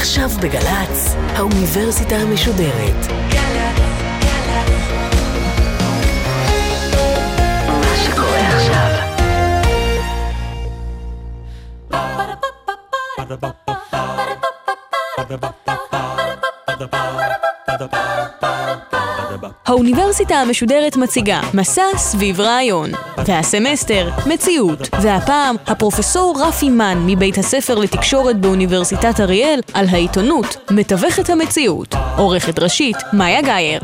עכשיו בגלץ, האוניברסיטה המשודרת. מה שקורה עכשיו. האוניברסיטה המשודרת מציגה מסע סביב רעיון, והסמסטר מציאות, והפעם הפרופסור רפי מן מבית הספר לתקשורת באוניברסיטת אריאל על העיתונות מתווכת המציאות. עורכת ראשית מאיה גייר.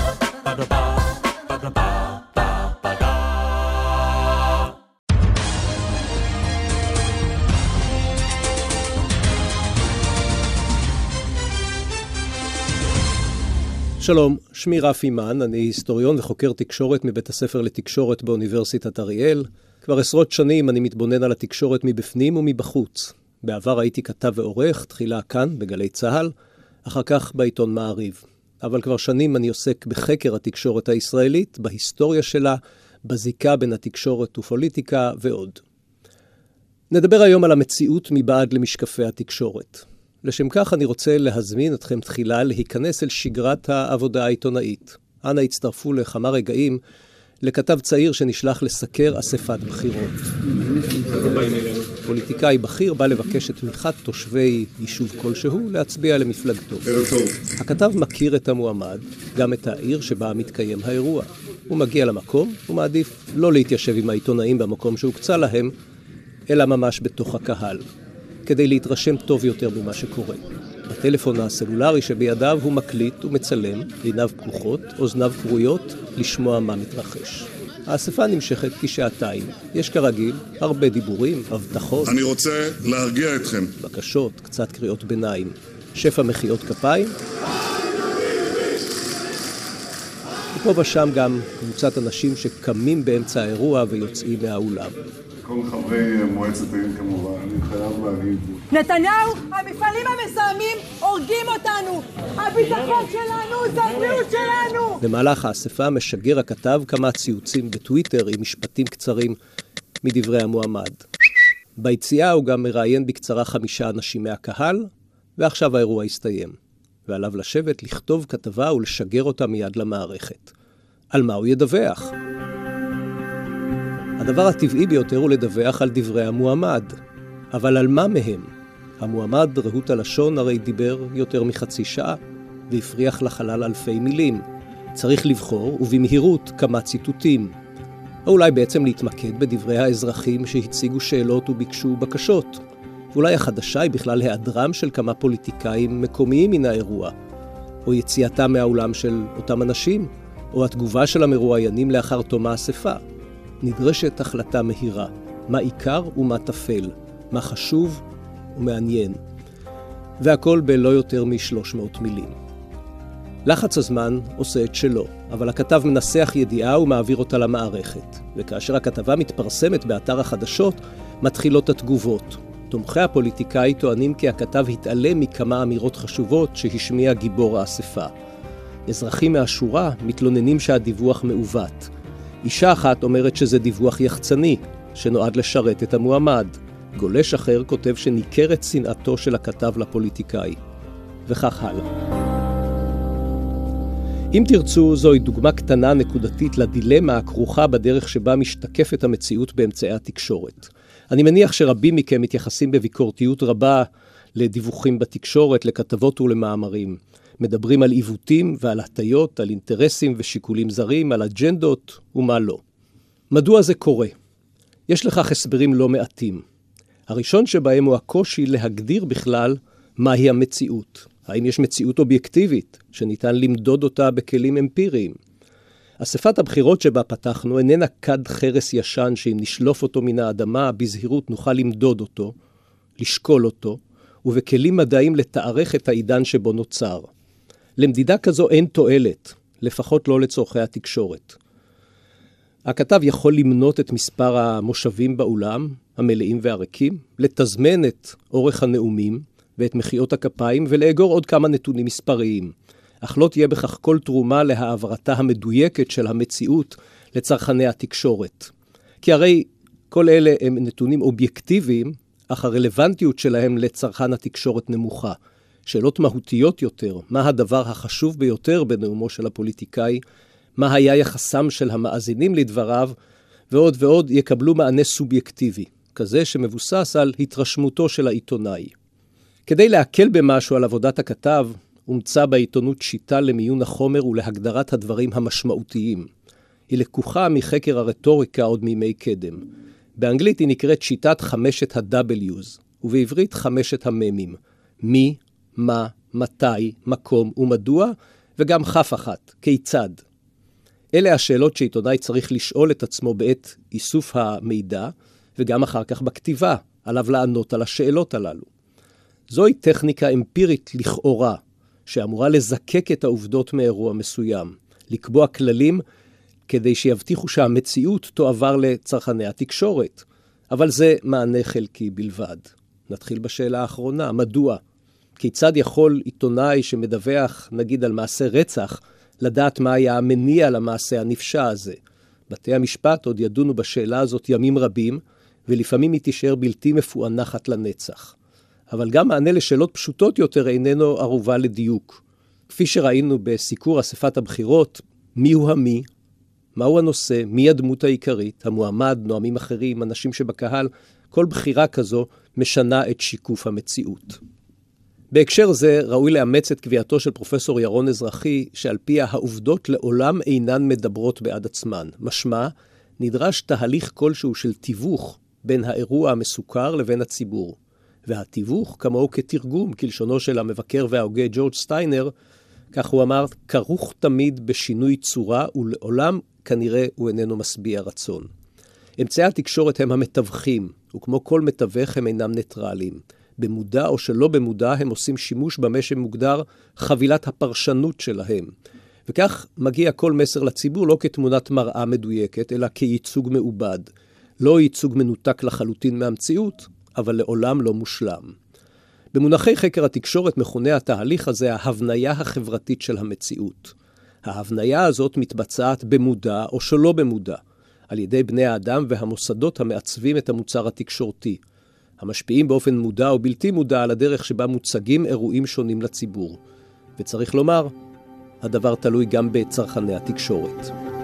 שלום, שמי רפי מן, אני היסטוריון וחוקר תקשורת מבית הספר לתקשורת באוניברסיטת אריאל. כבר עשרות שנים אני מתבונן על התקשורת מבפנים ומבחוץ. בעבר הייתי כתב ועורך, תחילה כאן בגלי צהל, אחר כך בעיתון מעריב. אבל כבר שנים אני עוסק בחקר התקשורת הישראלית, בהיסטוריה שלה, בזיקה בין התקשורת ופוליטיקה ועוד. נדבר היום על המציאות מבעד למשקפי התקשורת. לשם כך אני רוצה להזמין אתכם תחילה להיכנס אל שגרת העבודה העיתונאית. אנא הצטרפו לכמה רגעים לכתב צעיר שנשלח לסקר אספת בחירות. פוליטיקאי בכיר בא לבקש את תמיכת תושבי יישוב כלשהו להצביע למפלגתו. הכתב מכיר את המועמד, גם את העיר שבה מתקיים האירוע. הוא מגיע למקום, הוא מעדיף לא להתיישב עם העיתונאים במקום שהוקצה להם, אלא ממש בתוך הקהל. כדי להתרשם טוב יותר ממה שקורה. בטלפון הסלולרי שבידיו הוא מקליט ומצלם, עיניו פקוחות, אוזניו קרויות, לשמוע מה מתרחש. האספה נמשכת כשעתיים. יש כרגיל הרבה דיבורים, הבטחות. אני רוצה להרגיע אתכם. בקשות, קצת קריאות ביניים. שפע מחיאות כפיים. ופה ושם גם קבוצת אנשים שקמים באמצע האירוע ויוצאים מהאולם. כל חברי מועצת העיר כמובן, אני חייב להגיד. נתניהו, המפעלים המסיימים הורגים אותנו. הביטחון שלנו זה הבריאות שלנו. במהלך האספה משגר הכתב כמה ציוצים בטוויטר עם משפטים קצרים מדברי המועמד. ביציאה הוא גם מראיין בקצרה 5 אנשים מהקהל, ועכשיו האירוע הסתיים. ועליו לשבת, לכתוב כתבה ולשגר אותה מיד למערכת. על מה הוא ידווח? הדבר הטבעי ביותר הוא לדווח על דברי המועמד. אבל על מה מהם? המועמד רהוט הלשון הרי דיבר יותר מחצי שעה, והפריח לחלל אלפי מילים. צריך לבחור, ובמהירות, כמה ציטוטים. או אולי בעצם להתמקד בדברי האזרחים שהציגו שאלות וביקשו בקשות. ואולי החדשה היא בכלל היעדרם של כמה פוליטיקאים מקומיים מן האירוע. או יציאתם מהאולם של אותם אנשים, או התגובה של המרואיינים לאחר תום האספה. נדרשת החלטה מהירה, מה עיקר ומה תפל, מה חשוב ומעניין. והכל בלא יותר מ-300 מילים. לחץ הזמן עושה את שלו, אבל הכתב מנסח ידיעה ומעביר אותה למערכת. וכאשר הכתבה מתפרסמת באתר החדשות, מתחילות התגובות. תומכי הפוליטיקאי טוענים כי הכתב התעלם מכמה אמירות חשובות שהשמיע גיבור האספה. אזרחים מהשורה מתלוננים שהדיווח מעוות. אישה אחת אומרת שזה דיווח יחצני, שנועד לשרת את המועמד. גולש אחר כותב שניכרת שנאתו של הכתב לפוליטיקאי. וכך הלאה. אם תרצו, זוהי דוגמה קטנה נקודתית לדילמה הכרוכה בדרך שבה משתקפת המציאות באמצעי התקשורת. אני מניח שרבים מכם מתייחסים בביקורתיות רבה לדיווחים בתקשורת, לכתבות ולמאמרים. מדברים על עיוותים ועל הטיות, על אינטרסים ושיקולים זרים, על אג'נדות ומה לא. מדוע זה קורה? יש לכך הסברים לא מעטים. הראשון שבהם הוא הקושי להגדיר בכלל מהי המציאות. האם יש מציאות אובייקטיבית שניתן למדוד אותה בכלים אמפיריים? אספת הבחירות שבה פתחנו איננה כד חרס ישן שאם נשלוף אותו מן האדמה בזהירות נוכל למדוד אותו, לשקול אותו, ובכלים מדעיים לתארך את העידן שבו נוצר. למדידה כזו אין תועלת, לפחות לא לצורכי התקשורת. הכתב יכול למנות את מספר המושבים באולם, המלאים והריקים, לתזמן את אורך הנאומים ואת מחיאות הכפיים ולאגור עוד כמה נתונים מספריים. אך לא תהיה בכך כל תרומה להעברתה המדויקת של המציאות לצרכני התקשורת. כי הרי כל אלה הם נתונים אובייקטיביים, אך הרלוונטיות שלהם לצרכן התקשורת נמוכה. שאלות מהותיות יותר, מה הדבר החשוב ביותר בנאומו של הפוליטיקאי, מה היה יחסם של המאזינים לדבריו, ועוד ועוד יקבלו מענה סובייקטיבי, כזה שמבוסס על התרשמותו של העיתונאי. כדי להקל במשהו על עבודת הכתב, הומצא בעיתונות שיטה למיון החומר ולהגדרת הדברים המשמעותיים. היא לקוחה מחקר הרטוריקה עוד מימי קדם. באנגלית היא נקראת שיטת 5 ה-W's, ובעברית 5 הממים. מי, מה, מתי, מקום ומדוע, וגם כף אחת, כיצד. אלה השאלות שעיתונאי צריך לשאול את עצמו בעת איסוף המידע, וגם אחר כך בכתיבה, עליו לענות על השאלות הללו. זוהי טכניקה אמפירית לכאורה, שאמורה לזקק את העובדות מאירוע מסוים, לקבוע כללים כדי שיבטיחו שהמציאות תועבר לצרכני התקשורת. אבל זה מענה חלקי בלבד. נתחיל בשאלה האחרונה, מדוע? כיצד יכול עיתונאי שמדווח, נגיד על מעשה רצח, לדעת מה היה המניע למעשה הנפשע הזה? בתי המשפט עוד ידונו בשאלה הזאת ימים רבים, ולפעמים היא תישאר בלתי מפוענחת לנצח. אבל גם מענה לשאלות פשוטות יותר איננו ערובה לדיוק. כפי שראינו בסיקור אספת הבחירות, מיהו המי, מהו הנושא, מי הדמות העיקרית, המועמד, נואמים אחרים, אנשים שבקהל, כל בחירה כזו משנה את שיקוף המציאות. בהקשר זה ראוי לאמץ את קביעתו של פרופסור ירון אזרחי, שעל פיה העובדות לעולם אינן מדברות בעד עצמן. משמע, נדרש תהליך כלשהו של תיווך בין האירוע המסוכר לבין הציבור. והתיווך, כמוהו כתרגום, כלשונו של המבקר וההוגה ג'ורג' סטיינר, כך הוא אמר, כרוך תמיד בשינוי צורה, ולעולם כנראה הוא איננו משביע רצון. אמצעי התקשורת הם המתווכים, וכמו כל מתווך הם אינם ניטרליים. במודע או שלא במודע הם עושים שימוש במה שמוגדר חבילת הפרשנות שלהם. וכך מגיע כל מסר לציבור לא כתמונת מראה מדויקת, אלא כייצוג מעובד. לא ייצוג מנותק לחלוטין מהמציאות, אבל לעולם לא מושלם. במונחי חקר התקשורת מכונה התהליך הזה ההבניה החברתית של המציאות. ההבניה הזאת מתבצעת במודע או שלא במודע, על ידי בני האדם והמוסדות המעצבים את המוצר התקשורתי, המשפיעים באופן מודע או בלתי מודע על הדרך שבה מוצגים אירועים שונים לציבור. וצריך לומר, הדבר תלוי גם בצרכני התקשורת.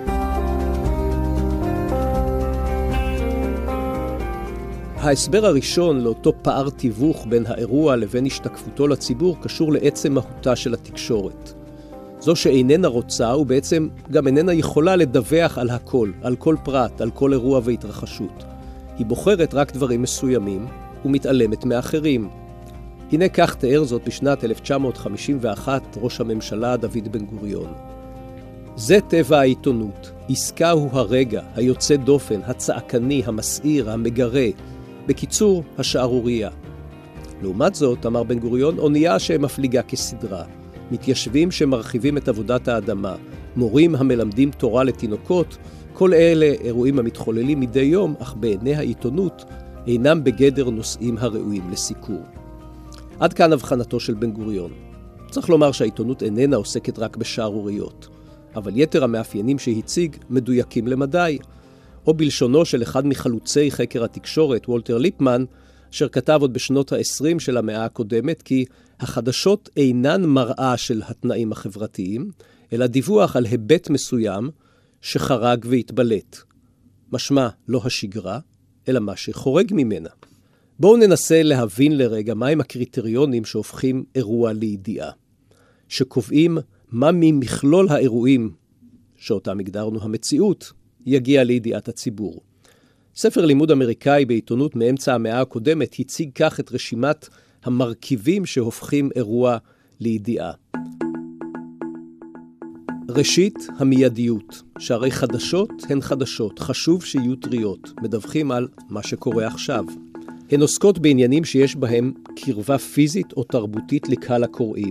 ההסבר הראשון לאותו פער תיווך בין האירוע לבין השתקפותו לציבור קשור לעצם מהותה של התקשורת. זו שאיננה רוצה ובעצם גם איננה יכולה לדווח על הכל, על כל פרט, על כל אירוע והתרחשות. היא בוחרת רק דברים מסוימים ומתעלמת מאחרים. הנה כך תיאר זאת בשנת 1951 ראש הממשלה דוד בן גוריון. זה טבע העיתונות, עסקה הוא הרגע, היוצא דופן, הצעקני, המסעיר, המגרה, בקיצור, השערוריה. לעומת זאת, אמר בן גוריון, אונייה שמפליגה כסדרה, מתיישבים שמרחיבים את עבודת האדמה, מורים המלמדים תורה לתינוקות, כל אלה אירועים המתחוללים מדי יום, אך בעיני העיתונות אינם בגדר נושאים הראויים לסיקור. עד כאן הבחנתו של בן גוריון. צריך לומר שהעיתונות איננה עוסקת רק בשערוריות, אבל יתר המאפיינים שהציג מדויקים למדי, או בלשונו של אחד מחלוצי חקר התקשורת, וולטר ליפמן, אשר כתב עוד בשנות ה-20 של המאה הקודמת, כי החדשות אינן מראה של התנאים החברתיים, אלא דיווח על היבט מסוים שחרג והתבלט. משמע לא השגרה, אלא מה שחורג ממנה. בואו ננסה להבין לרגע מהם הקריטריונים שהופכים אירוע לידיעה, שקובעים מה ממכלול האירועים, שאותם הגדרנו המציאות, יגיע לידיעת הציבור. ספר לימוד אמריקאי בעיתונות מאמצע המאה הקודמת הציג כך את רשימת המרכיבים שהופכים אירוע לידיעה. ראשית, המיידיות, שהרי חדשות הן חדשות, חשוב שיהיו טריות, מדווחים על מה שקורה עכשיו. הן עוסקות בעניינים שיש בהם קרבה פיזית או תרבותית לקהל הקוראים.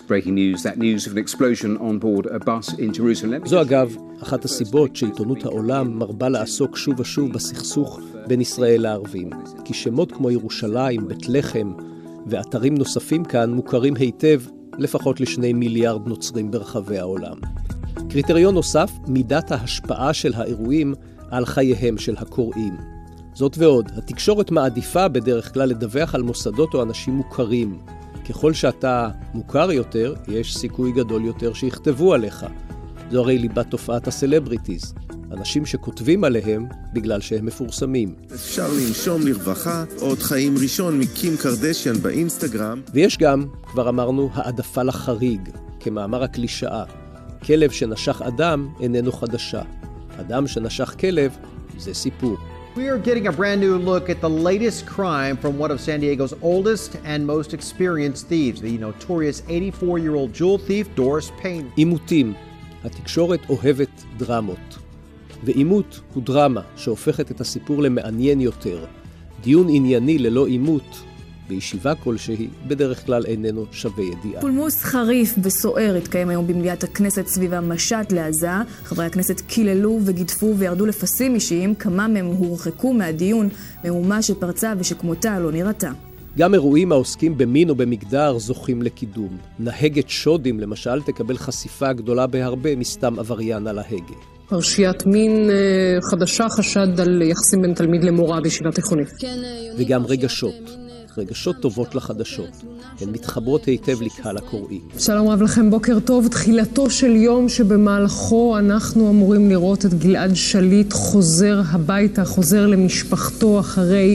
זו אגב אחת הסיבות שעיתונות העולם מרבה לעסוק שוב ושוב בסכסוך בין ישראל לערבים. כי שמות כמו ירושלים, בית לחם ואתרים נוספים כאן מוכרים היטב לפחות ל2 מיליארד נוצרים ברחבי העולם. קריטריון נוסף, מידת ההשפעה של האירועים על חייהם של הקוראים. זאת ועוד, התקשורת מעדיפה בדרך כלל לדווח על מוסדות או אנשים מוכרים, ככל שאתה מוכר יותר, יש סיכוי גדול יותר שיכתבו עליך. זו הרי ליבת תופעת הסלבריטיז. אנשים שכותבים עליהם בגלל שהם מפורסמים. אפשר לנשום לרווחה, עוד חיים ראשון מקים קרדשיאן באינסטגרם. ויש גם, כבר אמרנו, העדפה לחריג, כמאמר הקלישאה. כלב שנשך אדם איננו חדשה. אדם שנשך כלב זה סיפור. We are getting a brand new look at the latest crime from one of San Diego's oldest and most experienced thieves, the notorious 84-year-old jewel thief Doris Payne. עימותים. התקשורת אוהבת דרמות. ועימות הוא דרמה שהופכת את הסיפור למעניין יותר. דיון ענייני ללא עימות בישיבה כלשהי בדרך כלל איננו שווה ידיעה. פולמוס חריף וסוער התקיים היום במליאת הכנסת סביב המשט לעזה. חברי הכנסת קיללו וגידפו וירדו לפסים אישיים, כמה מהם הורחקו מהדיון, מהומה שפרצה ושכמותה לא נראתה. גם אירועים העוסקים במין או במגדר זוכים לקידום. נהגת שודים למשל תקבל חשיפה גדולה בהרבה מסתם עבריין על ההגה. פרשיית מין חדשה, חשד על יחסים בין תלמיד למורה בישיבה תיכונית. וגם רגשות טובות לחדשות. הן מתחברות היטב לקהל הקוראים. שלום רב לכם, בוקר טוב. תחילתו של יום שבמהלכו אנחנו אמורים לראות את גלעד שליט חוזר הביתה, חוזר למשפחתו אחרי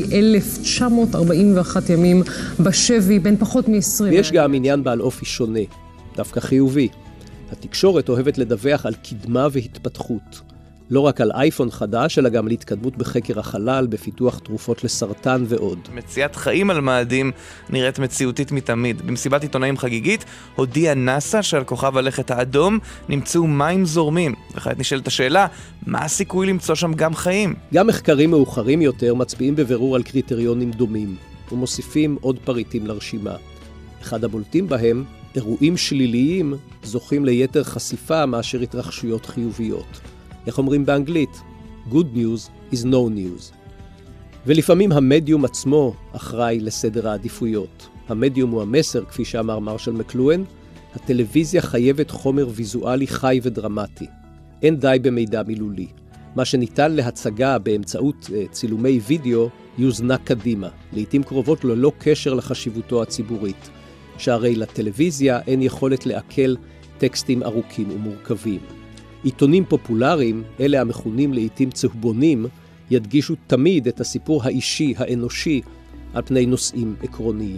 1941 ימים בשבי, בין פחות מ-20. ויש גם עניין בעל אופי שונה, דווקא חיובי. התקשורת אוהבת לדווח על קדמה והתפתחות. לא רק על אייפון חדש, אלא גם להתקדמות בחקר החלל, בפיתוח תרופות לסרטן ועוד. מציאת חיים על מאדים נראית מציאותית מתמיד. במסיבת עיתונאים חגיגית הודיע נאסא שעל כוכב הלכת האדום נמצאו מים זורמים. וכעת נשאלת השאלה, מה הסיכוי למצוא שם גם חיים? גם מחקרים מאוחרים יותר מצביעים בבירור על קריטריונים דומים, ומוסיפים עוד פריטים לרשימה. אחד הבולטים בהם, אירועים שליליים זוכים ליתר חשיפה מאשר התרחשויות חיוביות. איך אומרים באנגלית? Good news is no news. ולפעמים המדיום עצמו אחראי לסדר העדיפויות. המדיום הוא המסר, כפי שאמר מרשל מקלואן, הטלוויזיה חייבת חומר ויזואלי חי ודרמטי. אין די במידע מילולי. מה שניתן להצגה באמצעות צילומי וידאו יוזנק קדימה, לעתים קרובות ללא קשר לחשיבותו הציבורית. שהרי לטלוויזיה אין יכולת לעכל טקסטים ארוכים ומורכבים. עיתונים פופולריים, אלה המכונים לעתים צהובונים, ידגישו תמיד את הסיפור האישי, האנושי, על פני נושאים עקרוניים.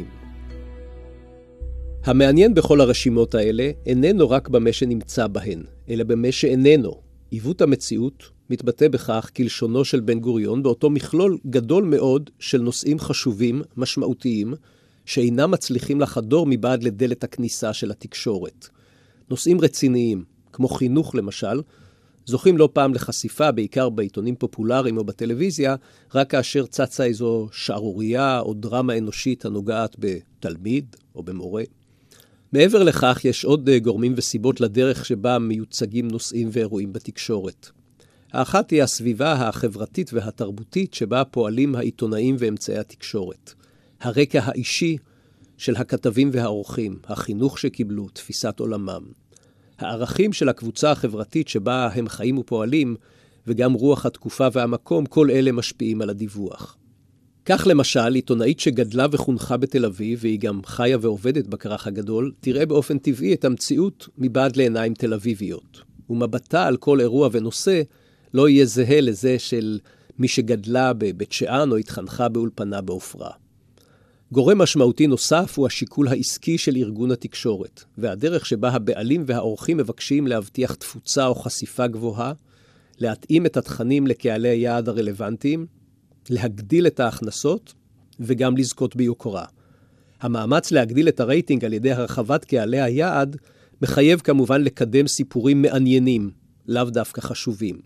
המעניין בכל הרשימות האלה איננו רק במה שנמצא בהן, אלא במה שאיננו. עיוות המציאות מתבטא בכך כלשונו של בן גוריון באותו מכלול גדול מאוד של נושאים חשובים, משמעותיים, שאינם מצליחים לחדור מבעד לדלת הכניסה של התקשורת. נושאים רציניים, כמו חינוך למשל, זוכים לא פעם לחשיפה, בעיקר בעיתונים פופולריים או בטלוויזיה, רק כאשר צצה איזו שערורייה או דרמה אנושית הנוגעת בתלמיד או במורה. מעבר לכך, יש עוד גורמים וסיבות לדרך שבה מיוצגים נושאים ואירועים בתקשורת. האחת היא הסביבה החברתית והתרבותית שבה פועלים העיתונאים ואמצעי התקשורת. הרקע האישי של הכתבים והעורכים, החינוך שקיבלו, תפיסת עולמם. הערכים של הקבוצה החברתית שבה הם חיים ופועלים, וגם רוח התקופה והמקום, כל אלה משפיעים על הדיווח. כך למשל, עיתונאית שגדלה וחונכה בתל אביב, והיא גם חיה ועובדת בכרך הגדול, תראה באופן טבעי את המציאות מבעד לעיניים תל אביביות. ומבטה על כל אירוע ונושא לא יהיה זהה לזה של מי שגדלה בבית שאן או התחנכה באולפנה בעופרה. גורם משמעותי נוסף הוא השיקול העסקי של ארגון התקשורת, והדרך שבה הבעלים והאורחים מבקשים להבטיח תפוצה או חשיפה גבוהה, להתאים את התכנים לקהלי היעד הרלוונטיים, להגדיל את ההכנסות וגם לזכות ביוקרה. המאמץ להגדיל את הרייטינג על ידי הרחבת קהלי היעד מחייב כמובן לקדם סיפורים מעניינים, לאו דווקא חשובים.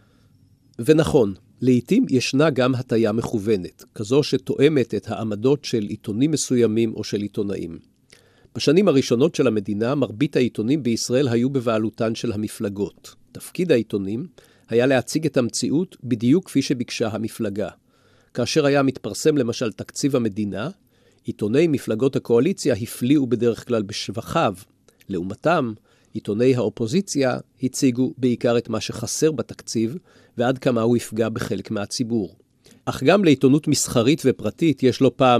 ונכון, לעתים ישנה גם הטיה מכוונת, כזו שתואמת את העמדות של עיתונים מסוימים או של עיתונאים. בשנים הראשונות של המדינה, מרבית העיתונים בישראל היו בבעלותן של המפלגות. תפקיד העיתונים היה להציג את המציאות בדיוק כפי שביקשה המפלגה. כאשר היה מתפרסם למשל תקציב המדינה, עיתוני מפלגות הקואליציה הפליאו בדרך כלל בשבחיו. לעומתם, עיתוני האופוזיציה הציגו בעיקר את מה שחסר בתקציב, ועד כמה הוא יפגע בחלק מהציבור. אך גם לעיתונות מסחרית ופרטית יש לא פעם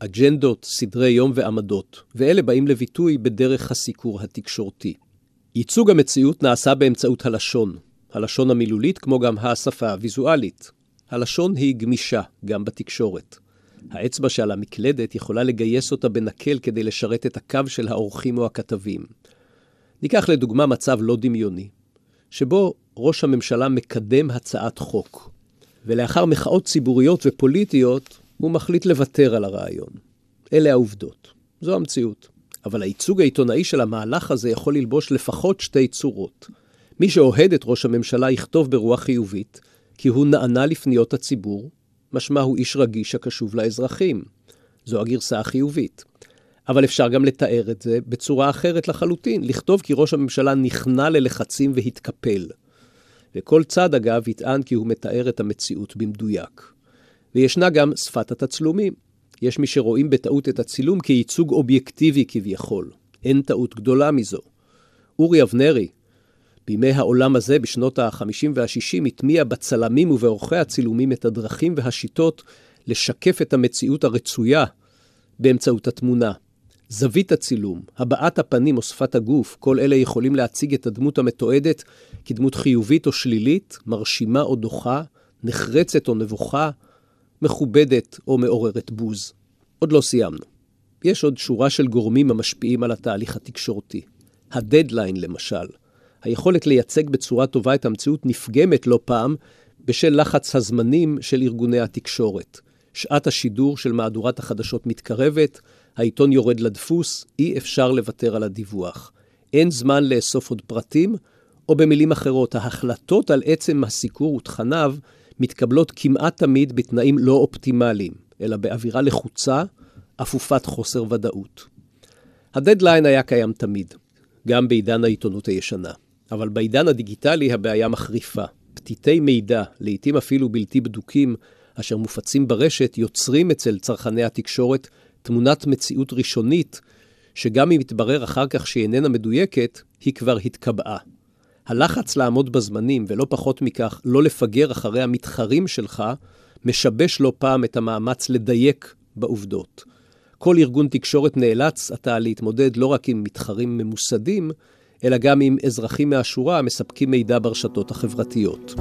אג'נדות, סדרי יום ועמדות, ואלה באים לביטוי בדרך הסיקור התקשורתי. ייצוג המציאות נעשה באמצעות הלשון, הלשון המילולית כמו גם השפה הוויזואלית. הלשון היא גמישה, גם בתקשורת. האצבע שעל המקלדת יכולה לגייס אותה בנקל כדי לשרת את הקו של האורחים או הכתבים. ניקח לדוגמה מצב לא דמיוני, שבו ראש הממשלה מקדם הצעת חוק, ולאחר מחאות ציבוריות ופוליטיות הוא מחליט לוותר על הרעיון. אלה העובדות. זו המציאות. אבל הייצוג העיתונאי של המהלך הזה יכול ללבוש לפחות שתי צורות. מי שאוהד את ראש הממשלה יכתוב ברוח חיובית, כי הוא נענה לפניות הציבור, משמע הוא איש רגיש הקשוב לאזרחים. זו הגרסה החיובית. אבל אפשר גם לתאר את זה בצורה אחרת לחלוטין, לכתוב כי ראש הממשלה נכנע ללחצים והתקפל. וכל צד אגב יטען כי הוא מתאר את המציאות במדויק. וישנה גם שפת התצלומים. יש מי שרואים בטעות את הצילום כייצוג אובייקטיבי כביכול. אין טעות גדולה מזו. אורי אבנרי, בימי העולם הזה בשנות ה-50 וה-60, התמיע בצלמים ובעורכי הצילומים את הדרכים והשיטות לשקף את המציאות הרצויה באמצעות התמונה. זווית הצילום, הבעת הפנים או שפת הגוף, כל אלה יכולים להציג את הדמות המתועדת כדמות חיובית או שלילית, מרשימה או דוחה, נחרצת או נבוכה, מכובדת או מעוררת בוז. עוד לא סיימנו. יש עוד שורה של גורמים המשפיעים על התהליך התקשורתי. הדדליין למשל. היכולת לייצג בצורה טובה את המציאות נפגמת לא פעם בשל לחץ הזמנים של ארגוני התקשורת. שעת השידור של מהדורת החדשות מתקרבת, העיתון יורד לדפוס, אי אפשר לוותר על הדיווח. אין זמן לאסוף עוד פרטים, או במילים אחרות, ההחלטות על עצם הסיקור ותכניו מתקבלות כמעט תמיד בתנאים לא אופטימליים, אלא באווירה לחוצה, אפופת חוסר ודאות. הדדליין היה קיים תמיד, גם בעידן העיתונות הישנה. אבל בעידן הדיגיטלי הבעיה מחריפה. פתיתי מידע, לעתים אפילו בלתי בדוקים, אשר מופצים ברשת, יוצרים אצל צרכני התקשורת תמונת מציאות ראשונית, שגם אם יתברר אחר כך שהיא איננה מדויקת, היא כבר התקבעה. הלחץ לעמוד בזמנים, ולא פחות מכך, לא לפגר אחרי המתחרים שלך, משבש לא פעם את המאמץ לדייק בעובדות. כל ארגון תקשורת נאלץ עתה להתמודד לא רק עם מתחרים ממוסדים, אלא גם עם אזרחים מהשורה המספקים מידע ברשתות החברתיות.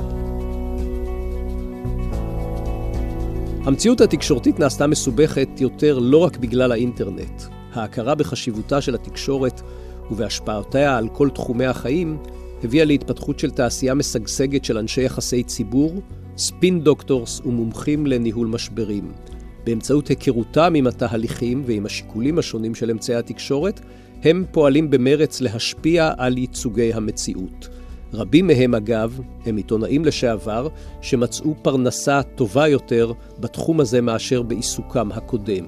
המציאות התקשורתית נעשתה מסובכת יותר לא רק בגלל האינטרנט. ההכרה בחשיבותה של התקשורת ובהשפעותיה על כל תחומי החיים הביאה להתפתחות של תעשייה משגשגת של אנשי יחסי ציבור, ספין דוקטורס ומומחים לניהול משברים. באמצעות היכרותם עם התהליכים ועם השיקולים השונים של אמצעי התקשורת, הם פועלים במרץ להשפיע על ייצוגי המציאות. רבים מהם אגב הם עיתונאים לשעבר שמצאו פרנסה טובה יותר בתחום הזה מאשר בעיסוקם הקודם.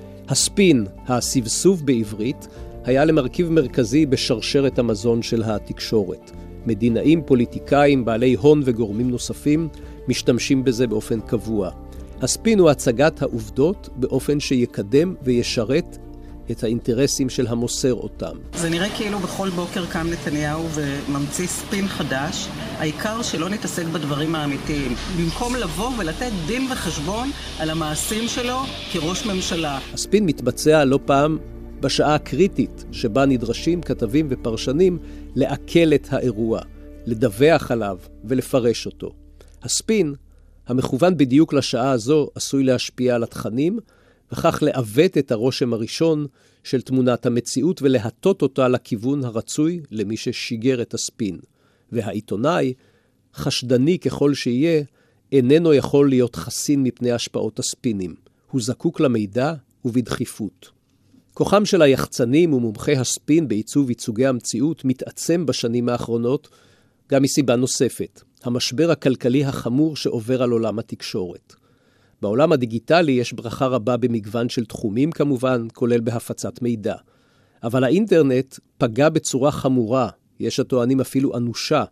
הספין, הסבסוב בעברית, היה למרכיב מרכזי בשרשרת המזון של התקשורת. מדינאים, פוליטיקאים, בעלי הון וגורמים נוספים משתמשים בזה באופן קבוע. הספין הוא הצגת העובדות באופן שיקדם וישרת את האינטרסים של המוסר אותם. זה נראה כאילו בכל בוקר קם נתניהו וממציא ספין חדש, העיקר שלא נתעסק בדברים האמיתיים. במקום לבוא ולתת דין וחשבון על המעשים שלו כראש ממשלה. הספין מתבצע לא פעם בשעה הקריטית שבה נדרשים כתבים ופרשנים לעכל את האירוע, לדווח עליו ולפרש אותו. הספין, המכוון בדיוק לשעה הזו, עשוי להשפיע על התכנים, וכך לעוות את הרושם הראשון של תמונת המציאות ולהטות אותה לכיוון הרצוי למי ששיגר את הספין. והעיתונאי, חשדני ככל שיהיה, איננו יכול להיות חסין מפני השפעות הספינים. הוא זקוק למידע ובדחיפות. כוחם של היחצנים ומומחי הספין בעיצוב ייצוגי המציאות מתעצם בשנים האחרונות, גם מסיבה נוספת, המשבר הכלכלי החמור שעובר על עולם התקשורת. בעולם הדיגיטלי יש ברכה רבה במגוון של תחומים כמובן, כולל בהפצת מידע. אבל האינטרנט פגע בצורה חמורה, יש הטוענים אפילו אנושה,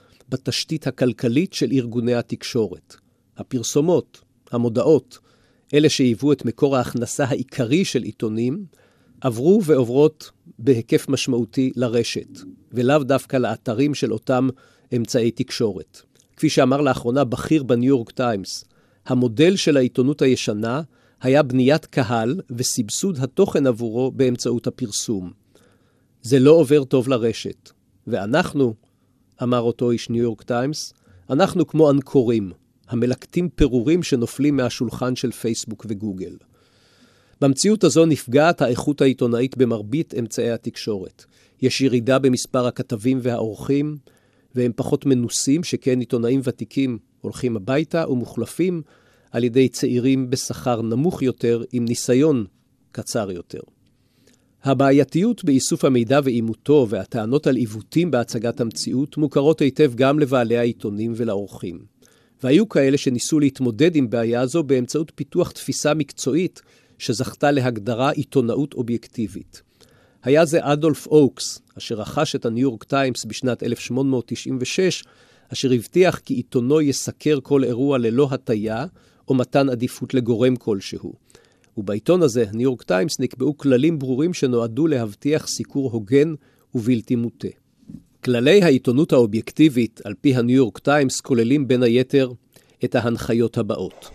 בתשתית הכלכלית של ארגוני התקשורת. הפרסומות, המודעות, אלה שהיוו את מקור ההכנסה העיקרי של עיתונים, עברו ועוברות בהיקף משמעותי לרשת, ולאו דווקא לאתרים של אותם אמצעי תקשורת. כפי שאמר לאחרונה בכיר בניו יורק טיימס, המודל של העיתונות הישנה היה בניית קהל וסבסוד התוכן עבורו באמצעות הפרסום. זה לא עובר טוב לרשת. ואנחנו, אמר אותו איש ניו יורק טיימס, אנחנו כמו אנקורים, המלקטים פירורים שנופלים מהשולחן של פייסבוק וגוגל. במציאות הזו נפגעת האיכות העיתונאית במרבית אמצעי התקשורת. יש ירידה במספר הכתבים והאורחים, והם פחות מנוסים, שכן עיתונאים ותיקים הולכים הביתה ומוחלפים על ידי צעירים בשכר נמוך יותר עם ניסיון קצר יותר. הבעייתיות באיסוף המידע ואימותו והטענות על עיוותים בהצגת המציאות מוכרות היטב גם לבעלי העיתונים ולאורחים. והיו כאלה שניסו להתמודד עם בעיה זו באמצעות פיתוח תפיסה מקצועית שזכתה להגדרה עיתונאות אובייקטיבית. היה זה אדולף אוקס, אשר רכש את הניו יורק טיימס בשנת 1896, אשר הבטיח כי עיתונו יסקר כל אירוע ללא הטיה או מתן עדיפות לגורם כלשהו. ובעיתון הזה, ניו יורק טיימס, נקבעו כללים ברורים שנועדו להבטיח סיקור הוגן ובלתי מוטה. כללי העיתונות האובייקטיבית על פי הניו יורק טיימס כוללים בין היתר את ההנחיות הבאות.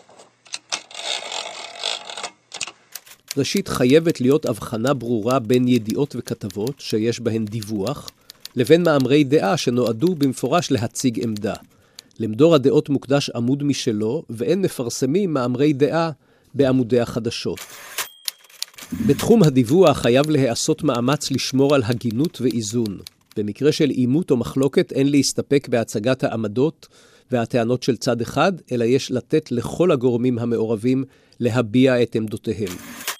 ראשית, חייבת להיות הבחנה ברורה בין ידיעות וכתבות שיש בהן דיווח, לבין מאמרי דעה שנועדו במפורש להציג עמדה. למדור הדעות מוקדש עמוד משלו, ואין מפרסמים מאמרי דעה בעמודי החדשות. בתחום הדיווח חייב להיעשות מאמץ לשמור על הגינות ואיזון. במקרה של עימות או מחלוקת אין להסתפק בהצגת העמדות והטענות של צד אחד, אלא יש לתת לכל הגורמים המעורבים להביע את עמדותיהם.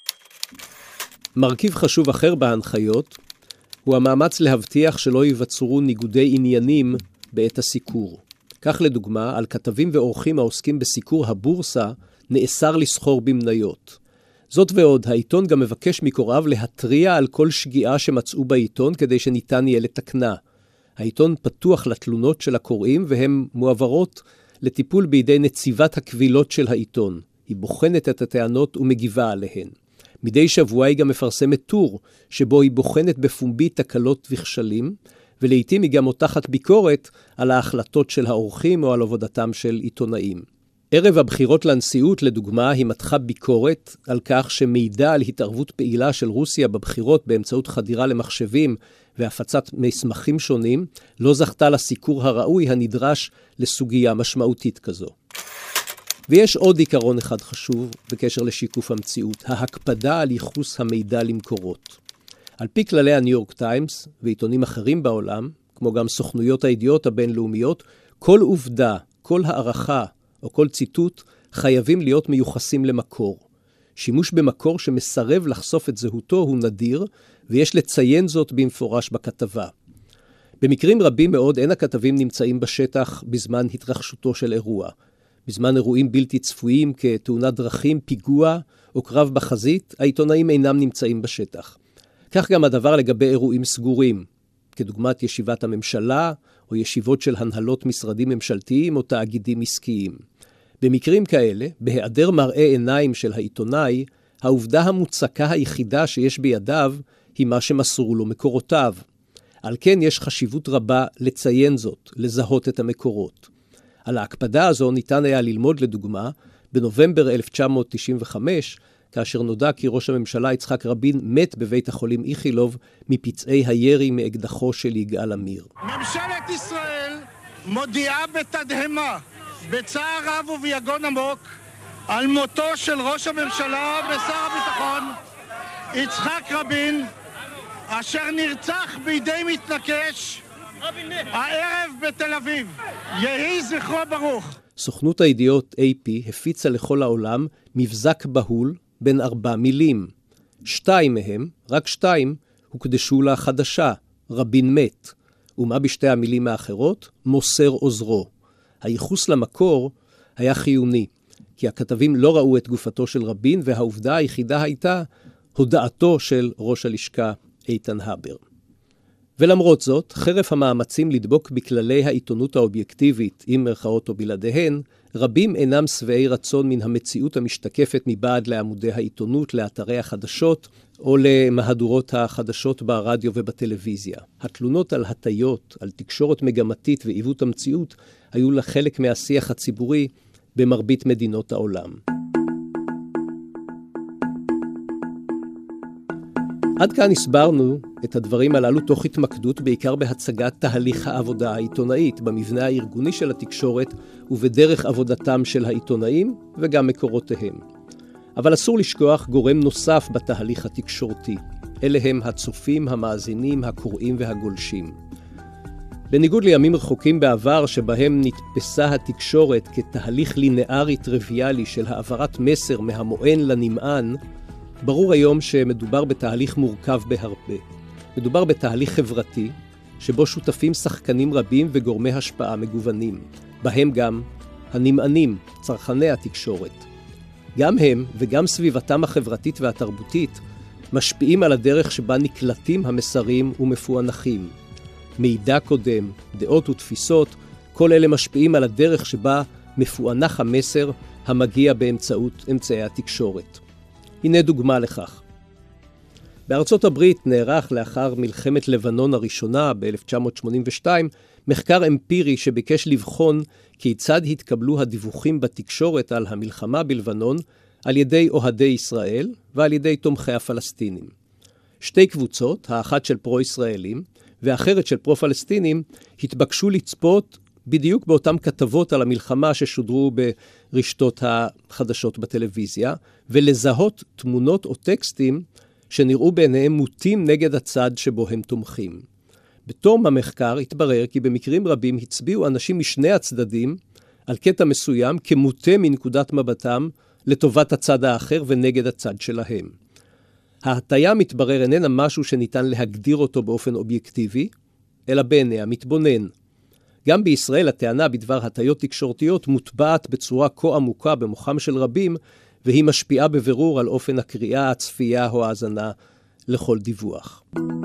מרכיב חשוב אחר בהנחיות הוא המאמץ להבטיח שלא ייווצרו ניגודי עניינים בעת הסיקור. כך לדוגמה, על כתבים ואורחים העוסקים בסיקור הבורסה נאסר לסחור במניות. זאת ועוד, העיתון גם מבקש מקוראיו להתריע על כל שגיאה שמצאו בעיתון כדי שניתן יהיה לתקנה. העיתון פתוח לתלונות של הקוראים והן מועברות לטיפול בידי נציבת הקבילות של העיתון. היא בוחנת את הטענות ומגיבה עליהן. מדי שבוע היא גם מפרסמת טור שבו היא בוחנת בפומבי תקלות וכשלים, ולעיתים היא גם מותחת ביקורת על ההחלטות של האורחים או על עבודתם של עיתונאים. ערב הבחירות לנשיאות, לדוגמה, היא מתחה ביקורת על כך שמידע על התערבות פעילה של רוסיה בבחירות באמצעות חדירה למחשבים והפצת מסמכים שונים לא זכתה לסיקור הראוי הנדרש לסוגיה משמעותית כזו. ויש עוד עיקרון אחד חשוב בקשר לשיקוף המציאות, ההקפדה על ייחוס המידע למקורות. על פי כללי הניו יורק טיימס ועיתונים אחרים בעולם, כמו גם סוכנויות הידיעות הבינלאומיות, כל עובדה, כל הערכה או כל ציטוט חייבים להיות מיוחסים למקור. שימוש במקור שמסרב לחשוף את זהותו הוא נדיר, ויש לציין זאת במפורש בכתבה. במקרים רבים מאוד אין הכתבים נמצאים בשטח בזמן התרחשותו של אירוע. בזמן אירועים בלתי צפויים כתאונת דרכים, פיגוע או קרב בחזית, העיתונאים אינם נמצאים בשטח. כך גם הדבר לגבי אירועים סגורים, כדוגמת ישיבת הממשלה או ישיבות של הנהלות משרדים ממשלתיים או תאגידים עסקיים. במקרים כאלה, בהיעדר מראה עיניים של העיתונאי, העובדה המוצקה היחידה שיש בידיו היא מה שמסרו לו מקורותיו. על כן יש חשיבות רבה לציין זאת, לזהות את המקורות. על ההקפדה הזו ניתן היה ללמוד לדוגמה בנובמבר 1995, כאשר נודע כי ראש הממשלה יצחק רבין מת בבית החולים איכילוב מפצעי הירי מאקדחו של יגאל עמיר. ממשלת ישראל מודיעה בתדהמה, בצער רב וביגון עמוק, על מותו של ראש הממשלה ושר הביטחון יצחק רבין, אשר נרצח בידי מתנקש הערב בתל אביב. יהי זכרו ברוך. סוכנות הידיעות AP הפיצה לכל העולם מבזק בהול בין 4 מילים. 2 מהם, רק 2, הוקדשו לחדשה, רבין מת. ומה בשתי המילים האחרות? מוסר עוזרו. הייחוס למקור היה חיוני, כי הכתבים לא ראו את גופתו של רבין, והעובדה היחידה הייתה הודעתו של ראש הלשכה איתן הבר. ולמרות זאת, חרף המאמצים לדבוק בכללי העיתונות האובייקטיבית, עם מרכאות או בלעדיהן, רבים אינם שבעי רצון מן המציאות המשתקפת מבעד לעמודי העיתונות, לאתרי החדשות או למהדורות החדשות ברדיו ובטלוויזיה. התלונות על הטיות, על תקשורת מגמתית ועיוות המציאות, היו לחלק מהשיח הציבורי במרבית מדינות העולם. עד כאן הסברנו את הדברים הללו תוך התמקדות בעיקר בהצגת תהליך העבודה העיתונאית, במבנה הארגוני של התקשורת ובדרך עבודתם של העיתונאים וגם מקורותיהם. אבל אסור לשכוח גורם נוסף בתהליך התקשורתי. אלה הם הצופים, המאזינים, הקוראים והגולשים. בניגוד לימים רחוקים בעבר שבהם נתפסה התקשורת כתהליך לינארי טריוויאלי של העברת מסר מהמוען לנמען, ברור היום שמדובר בתהליך מורכב בהרבה. מדובר בתהליך חברתי שבו שותפים שחקנים רבים וגורמי השפעה מגוונים, בהם גם הנמענים, צרכני התקשורת. גם הם וגם סביבתם החברתית והתרבותית משפיעים על הדרך שבה נקלטים המסרים ומפוענחים. מידע קודם, דעות ותפיסות, כל אלה משפיעים על הדרך שבה מפוענח המסר המגיע באמצעות אמצעי התקשורת. הנה דוגמה לכך. בארצות הברית נערך לאחר מלחמת לבנון הראשונה ב-1982 מחקר אמפירי שביקש לבחון כיצד התקבלו הדיווחים בתקשורת על המלחמה בלבנון על ידי אוהדי ישראל ועל ידי תומכי הפלסטינים. שתי קבוצות, האחת של פרו-ישראלים ואחרת של פרו-פלסטינים, התבקשו לצפות בדיוק באותם כתבות על המלחמה ששודרו ברשתות החדשות בטלוויזיה, ולזהות תמונות או טקסטים שנראו בעיניהם מוטים נגד הצד שבו הם תומכים. בתום המחקר התברר כי במקרים רבים הצביעו אנשים משני הצדדים על קטע מסוים כמוטה מנקודת מבטם לטובת הצד האחר ונגד הצד שלהם. ההטיה מתברר איננה משהו שניתן להגדיר אותו באופן אובייקטיבי, אלא בעיני המתבונן. גם בישראל הטענה בדבר הטיות תקשורתיות מוטבעת בצורה כה עמוקה במוחם של רבים, והיא משפיעה בבירור על אופן הקריאה, הצפייה או ההאזנה לכל דיווח.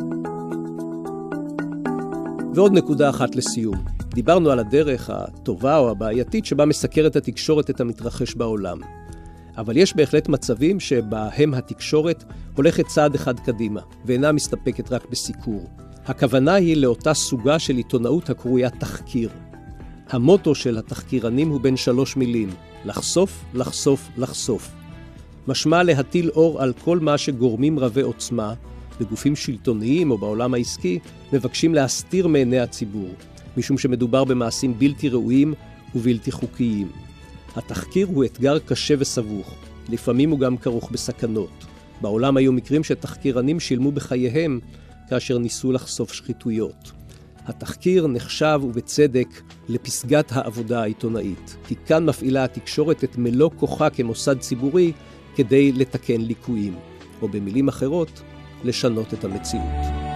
ועוד נקודה אחת לסיום. דיברנו על הדרך הטובה או הבעייתית שבה מסקרת התקשורת את המתרחש בעולם. אבל יש בהחלט מצבים שבהם התקשורת הולכת צעד אחד קדימה, ואינה מסתפקת רק בסיקור. הכוונה היא לאותה סוגה של עיתונאות הקרויה תחקיר. המוטו של התחקירנים הוא בין 3 מילים: לחשוף, לחשוף, לחשוף. משמע להטיל אור על כל מה שגורמים רבי עוצמה, בגופים שלטוניים או בעולם העסקי, מבקשים להסתיר מעיני הציבור, משום שמדובר במעשים בלתי ראויים ובלתי חוקיים. התחקיר הוא אתגר קשה וסבוך, לפעמים הוא גם כרוך בסכנות. בעולם היו מקרים שתחקירנים שילמו בחייהם כאשר ניסו לחשוף שחיתויות. התחקיר נחשב ובצדק לפסגת העבודה העיתונאית, כי כאן מפעילה התקשורת את מלוא כוחה כמוסד ציבורי כדי לתקן ליקויים, או במילים אחרות, לשנות את המציאות.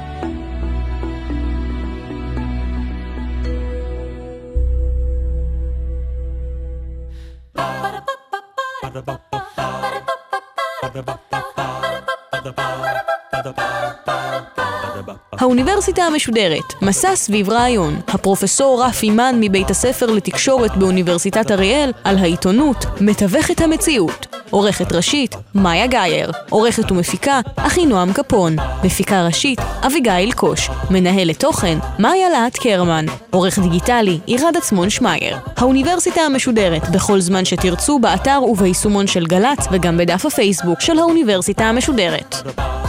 האוניברסיטה המשודרת, מסע סביב רעיון. הפרופסור רפי מן מבית הספר לתקשורת באוניברסיטת אריאל על העיתונות מתווכת המציאות. עורכת ראשית, מאיה גייר. עורכת ומפיקה, אחינועם קפון. מפיקה ראשית, אביגיל קוש. מנהלת תוכן, מאיה להט קרמן. עורך דיגיטלי, עירד עצמון שמייר. האוניברסיטה המשודרת, בכל זמן שתרצו באתר וביישומון של גלץ וגם בדף הפייסבוק של האוניברסיטה המשודרת.